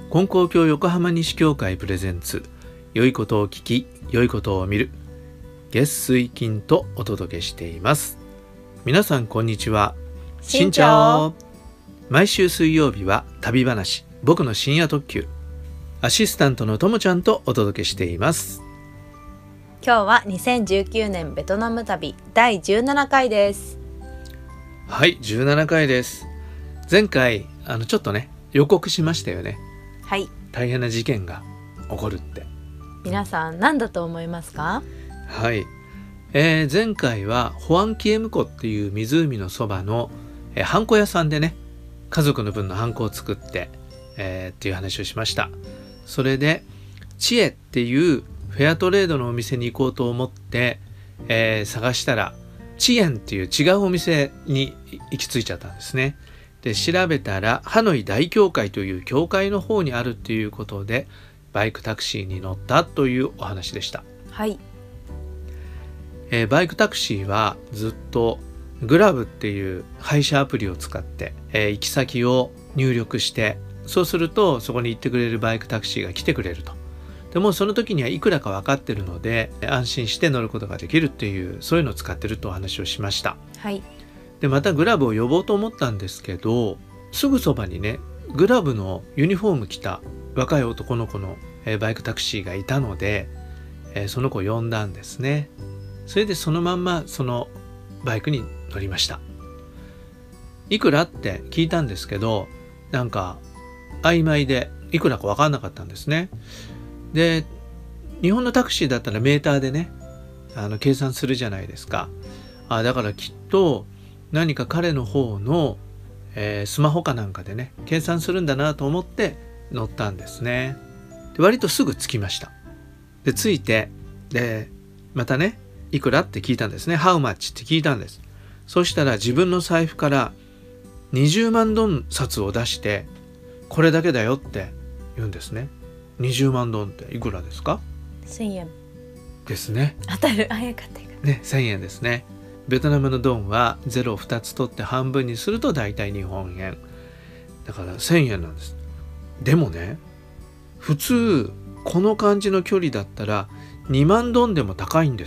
金光教横浜西教会プレゼンツ、良いことを聞き良いことを見る、月水金とお届けしています。皆さんこんにちは。 しんちゃお。 毎週水曜日は旅話、僕の深夜特急、アシスタントのともちゃんとお届けしています。 今日は2019年ベトナム旅第17回です。 はい、17回です。前回ちょっとね予告しましたよね。 はい、 大変な事件が起こるって。 皆さん何だと思いますか？ はい、前回はホアンキエム湖っていう湖のそばの、ハンコ屋さんでね、家族の分のハンコを作って、っていう話をしました。それでチエっていうフェアトレードのお店に行こうと思って、探したらチエンっていう違うお店に行き着いちゃったんですね。で調べたらハノイ大教会という教会の方にあるっていうことでバイクタクシーに乗ったというお話でした。 はい、 バイクタクシーはずっとグラブっていう配車アプリを使って、行き先を入力して、そうするとそこに行ってくれるバイクタクシーが来てくれると。でもその時にはいくらか分かってるので安心して乗ることができるっていう、そういうのを使ってるとお話をしました。 はい、 でまたグラブを呼ぼうと思ったんですけど、すぐそばにねグラブのユニフォーム着た若い男の子のバイクタクシーがいたので、その子を呼んだんですね。それでそのまんまそのバイクに乗りました。いくらって聞いたんですけど、なんか曖昧でいくらか分かんなかったんですね。で日本のタクシーだったらメーターでね計算するじゃないですか。だからきっと何か彼の方の、スマホかなんかでね計算するんだなと思って乗ったんですね。で割とすぐ着きました。で着いて、でまたねいくらって聞いたんですね。 How much って聞いたんです。そしたら自分の財布から20万ドン札を出して、これだけだよって言うんですね。20万ドンっていくらですか 1000円ですね。 当たる。早かったよね、1000円ですね。ベトナムのドンは0を2つ取って半分にすると大体日本円だから1000円なんです。でもね、普通この感じの距離だったら2万ドンでも高いんです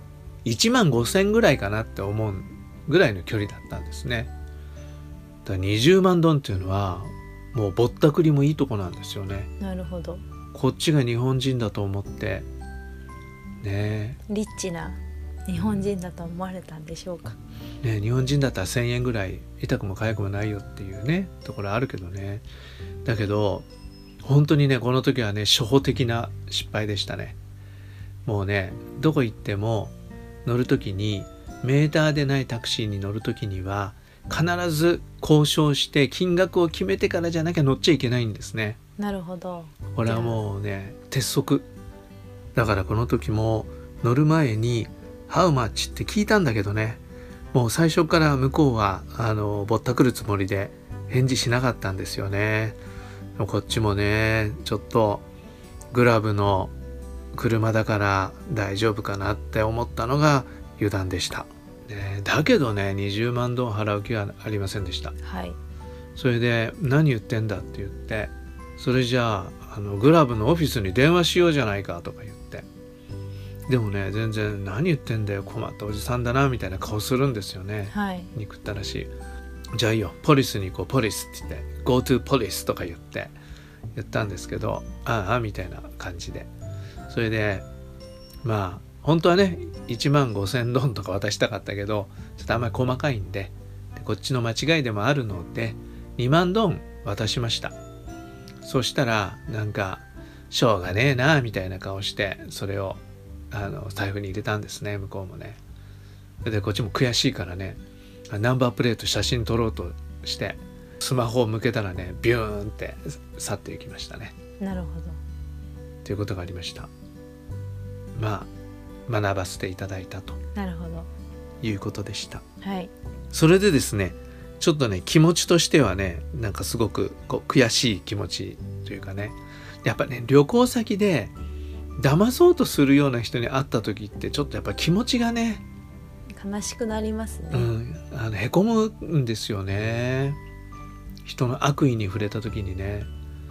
。1万5000ぐらいかなって思うぐらいの距離だったんですね。だから20万ドンっていうのはもうぼったくりもいいとこなんですよね。 なるほど。 こっちが日本人だと思ってね、 リッチな日本人だと思われたんでしょうか。 ね、日本人だったら1000円ぐらい痛くも痒くもないよっていうねところあるけどね。だけど本当にねこの時はね初歩的な失敗でしたね。もうねどこ行っても乗る時にメーターでないタクシーに乗る時には必ず交渉して金額を決めてからじゃなきゃ乗っちゃいけないんですね。 なるほど。 これはもうね鉄則だから、この時も乗る前に How much って聞いたんだけどね、もう最初から向こうはぼったくるつもりで返事しなかったんですよね。こっちもねちょっとグラブの車だから大丈夫かなって思ったのが油断でした、だけどね20万ドン払う気はありませんでした。 はい。 それで何言ってんだって言って、それじゃあグラブのオフィスに電話しようじゃないかとか言って、でもね全然何言ってんだよ困ったおじさんだなみたいな顔するんですよね。 はい。 憎ったらしい。じゃあいいよポリスに行こうポリスって言って Go to ポリスとか言ったんですけど、ああみたいな感じで、それでまあ本当はね1万5000ドンとか渡したかったけどちょっとあんまり細かいんで、こっちの間違いでもあるので2万ドン渡しました。そしたらなんかしょうがねえなみたいな顔してそれを財布に入れたんですね、向こうもね。でこっちも悔しいからねナンバープレート写真撮ろうとしてスマホを向けたらねビューンって去っていきましたね。 なるほど。 ということがありました。まあ学ばせていただいたとなるほど。 いうことでした。 はい。 それでですねちょっとね気持ちとしてはねなんかすごく悔しい気持ちというかね、やっぱね旅行先で騙そうとするような人に会った時ってちょっとやっぱ気持ちがね悲しくなりますね。 へこむんですよね。人の悪意に触れた時にね。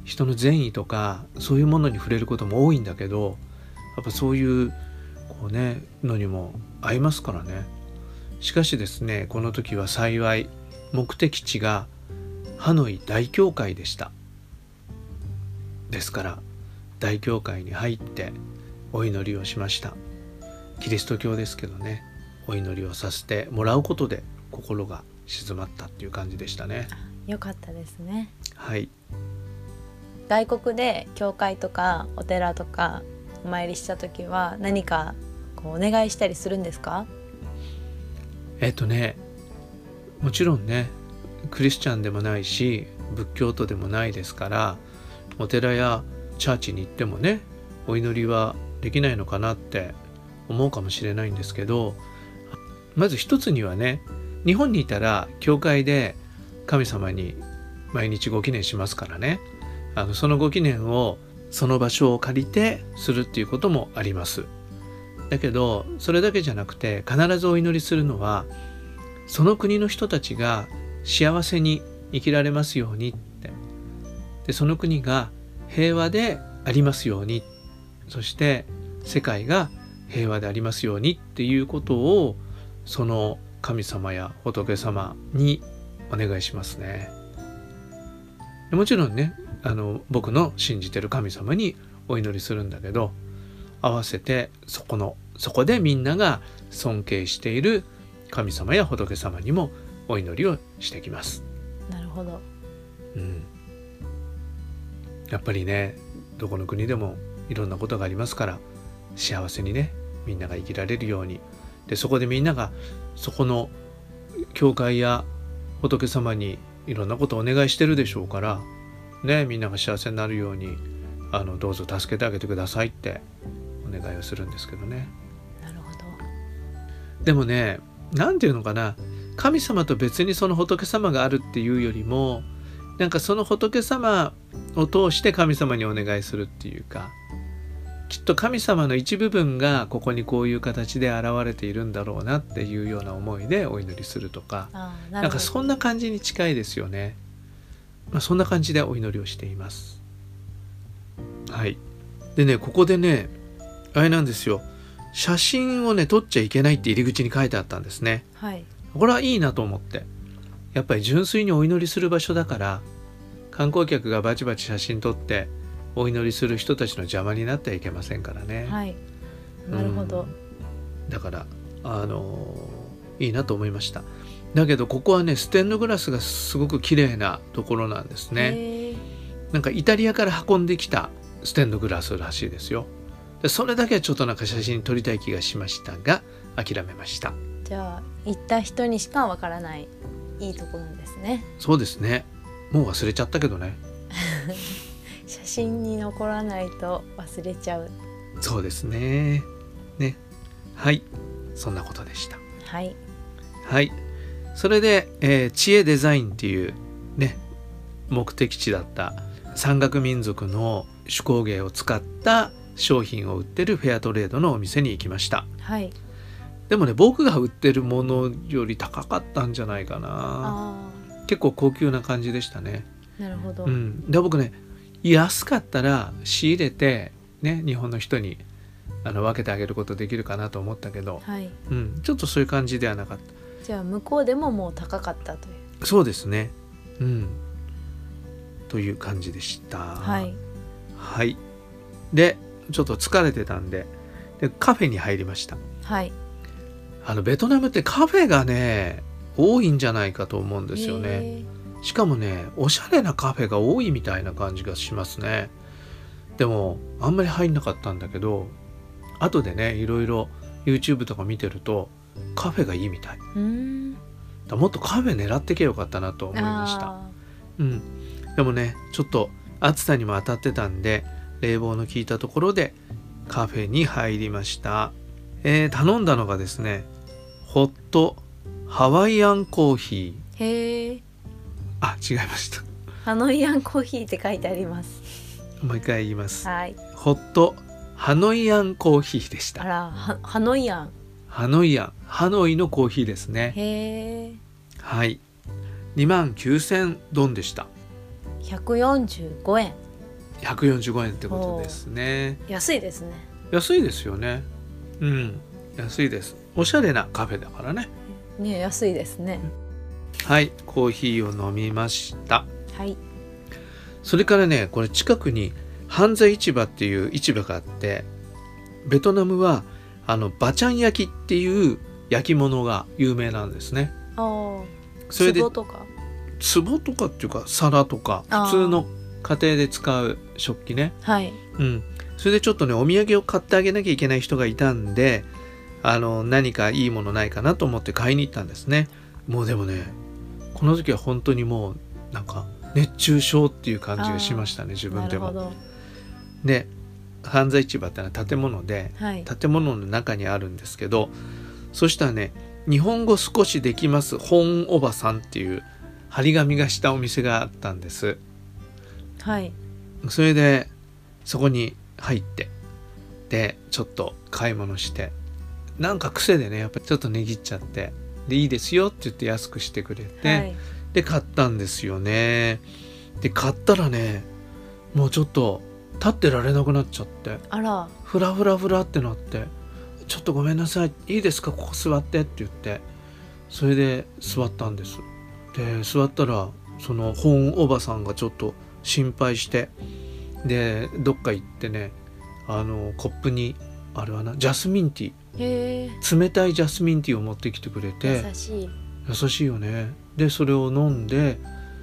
人の善意とかそういうものに触れることも多いんだけど、やっぱそういうこうねのにも合いますからね。しかしですね、この時は幸い目的地がハノイ大教会でした。ですから大教会に入ってお祈りをしました。キリスト教ですけどね、お祈りをさせてもらうことで心が静まったっていう感じでしたね。 よかったですね。 はい。 外国で教会とかお寺とかお参りした時は何かこうお願いしたりするんですか？ もちろんね、クリスチャンでもないし仏教徒でもないですから、お寺やチャーチに行ってもねお祈りはできないのかなって思うかもしれないんですけど、まず一つにはね、日本にいたら教会で神様に毎日ご祈念しますからね、そのご祈念をその場所を借りてするっていうこともあります。だけどそれだけじゃなくて、必ずお祈りするのはその国の人たちが幸せに生きられますようにって、でその国が平和でありますように、そして世界が平和でありますようにっていうことをその神様や仏様にお願いしますね。もちろんね、僕の信じてる神様にお祈りするんだけど、合わせてそこでみんなが尊敬している神様や仏様にもお祈りをしてきます。 なるほど。 やっぱりね、どこの国でもいろんなことがありますから、幸せにねみんなが生きられるように、でそこでみんながそこの教会や仏様にいろんなことをお願いしてるでしょうからね、みんなが幸せになるようにどうぞ助けてあげてくださいってお願いをするんですけどね。 なるほど。 でもね、なんていうのかな、神様と別にその仏様があるっていうよりも、なんかその仏様を通して神様にお願いするっていうか、きっと神様の一部分がここにこういう形で現れているんだろうなっていうような思いでお祈りするとか、なんかそんな感じに近いですよね。そんな感じでお祈りをしています。はい。でね、ここでね、あれなんですよ、写真をね撮っちゃいけないって入り口に書いてあったんですね。 はい。 これはいいなと思って、やっぱり純粋にお祈りする場所だから、観光客がバチバチ写真撮ってお祈りする人たちの邪魔になってはいけませんからね。 はい。なるほど。 だからいいなと思いました。だけどここはね、ステンドグラスがすごく綺麗なところなんですね。なんかイタリアから運んできたステンドグラスらしいですよ。でそれだけはちょっとなんか写真撮りたい気がしましたが諦めました。 じゃあ行った人にしかわからないいいとこなんですね。 そうですね。もう忘れちゃったけどね。 写真に残らないと忘れちゃう。 そうですね。ね。はい。そんなことでした。 はい。 はい。それで、知恵デザインっていうね、目的地だった山岳民族の手工芸を使った商品を売ってるフェアトレードのお店に行きました。 はい。 でもね、僕が売ってるものより高かったんじゃないかな。結構高級な感じでしたね。 なるほど。 で僕ね、安かったら仕入れてね、日本の人に分けてあげることできるかなと思ったけど、 はい。 ちょっとそういう感じではなかった。 じゃあ向こうでももう高かったという。 そうですね。という感じでした。 はい。 はい。で、ちょっと疲れてたんで、カフェに入りました。 はい。 ベトナムってカフェがね多いんじゃないかと思うんですよね。しかもね、おしゃれなカフェが多いみたいな感じがしますね。でもあんまり入んなかったんだけど、後でねいろいろ YouTube とか見てるとカフェがいいみたい。もっとカフェ狙ってけよかったなと思いました。でもね、ちょっと暑さにも当たってたんで、冷房の効いたところでカフェに入りました。頼んだのがですね、ホットハワイアンコーヒー。 へえ。 違いました。 ハノイアンコーヒーって書いてあります。 もう一回言います。 はい。 ホットハノイアンコーヒーでした。 あら、ハノイアン。 ハノイアン、ハノイのコーヒーですね。 へえ。 はい。29,000ドンでした。 145円。 145円ってことですね。 安いですね。 安いですよね。うん、安いです。おしゃれなカフェだからね。 ね、安いですね。 はい、コーヒーを飲みました。 はい。 それからね、これ近くに半座市場っていう市場があって、ベトナムはバチャン焼きっていう焼き物が有名なんですね。 ああ。 それで壺とか。 壺とかっていうか皿とか普通の家庭で使う食器ね。 はい。 うん。それでちょっとね、お土産を買ってあげなきゃいけない人がいたんで、何かいいものないかなと思って買いに行ったんですね。もうでもね、この時は本当にもうなんか熱中症っていう感じがしましたね、自分でも。 なるほど。 で、半座市場ってのは建物で、 はい。 建物の中にあるんですけど、そしたらね、日本語少しできます本おばさんっていう張り紙がしたお店があったんです。 はい。 それでそこに入って、でちょっと買い物して、なんか癖でね、やっぱりちょっと値切っちゃって、でいいですよって言って安くしてくれて、 はい。 で買ったんですよね。で買ったらね、もうちょっと立ってられなくなっちゃって、 あら。 フラフラフラってなって、ちょっとごめんなさい、いいですか、ここ座ってって言って、それで座ったんです。で座ったら、その本おばさんがちょっと心配して、でどっか行ってね、コップにあれはな、ジャスミンティへえ。 ー、冷たいジャスミンティーを持ってきてくれて、 優しい。 優しいよね。でそれを飲んで、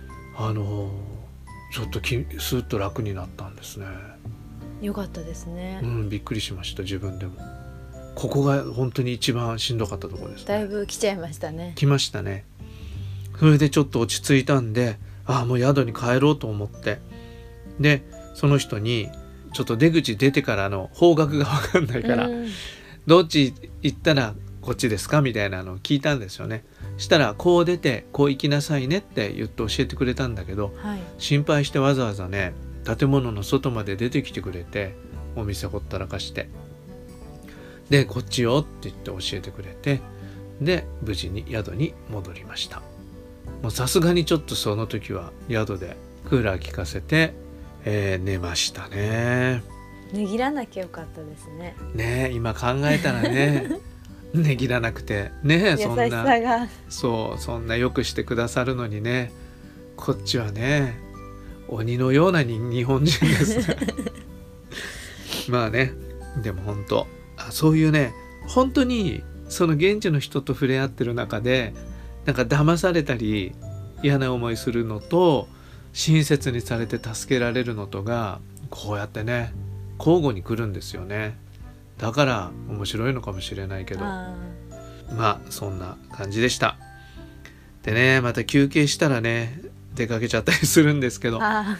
ちょっとスーッと楽になったんですね。 よかったですね。 うん、びっくりしました、自分でも。ここが本当に一番しんどかったところですね。 だいぶ来ちゃいましたね。 来ましたね。それでちょっと落ち着いたんで、もう宿に帰ろうと思って、でその人にちょっと出口出てからの方角が分かんないから、どっち行ったらこっちですかみたいなのを聞いたんですよね。したら、こう出てこう行きなさいねって言って教えてくれたんだけど、 はい。 心配してわざわざね、建物の外まで出てきてくれて、お店ほったらかして、でこっちよって言って教えてくれて、で無事に宿に戻りました。もうさすがにちょっとその時は宿でクーラー効かせて、寝ましたね。 値切らなきゃよかったですね。 ねえ、今考えたらね値切らなくてね、そん優しな、 さが。 そんなよくしてくださるのにね、こっちはね鬼のような日本人ですねまあね、でも本当、そういうね、本当にその現地の人と触れ合ってる中で、なんか騙されたり嫌な思いするのと、親切にされて助けられるのとがこうやってね交互に来るんですよね。だから面白いのかもしれないけど、まあそんな感じでした。でね、また休憩したらね出かけちゃったりするんですけど、はい、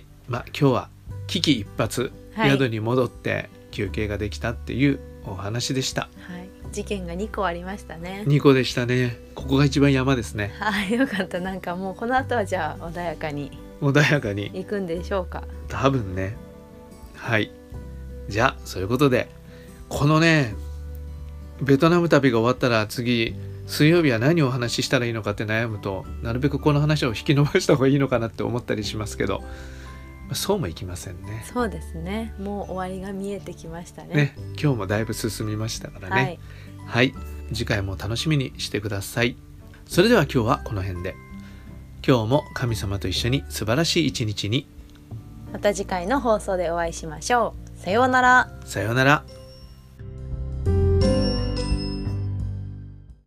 まあ今日は危機一髪、宿に戻って休憩ができたっていうお話でした。 はい、事件が2個ありましたね。 2個でしたね。ここが一番山ですね。 はい、よかった。なんかもうこの後はじゃあ穏やかに行くんでしょうか。 多分ね。はい、じゃあそういうことで、このねベトナム旅が終わったら次水曜日は何をお話ししたらいいのかって悩むと、なるべくこの話を引き伸ばした方がいいのかなって思ったりしますけど、そうもいきませんね。 そうですね。もう終わりが見えてきましたね。 今日もだいぶ進みましたからね。はい、次回も楽しみにしてください。それでは今日はこの辺で。今日も神様と一緒に素晴らしい一日に。 また次回の放送でお会いしましょう。さようなら。 さようなら。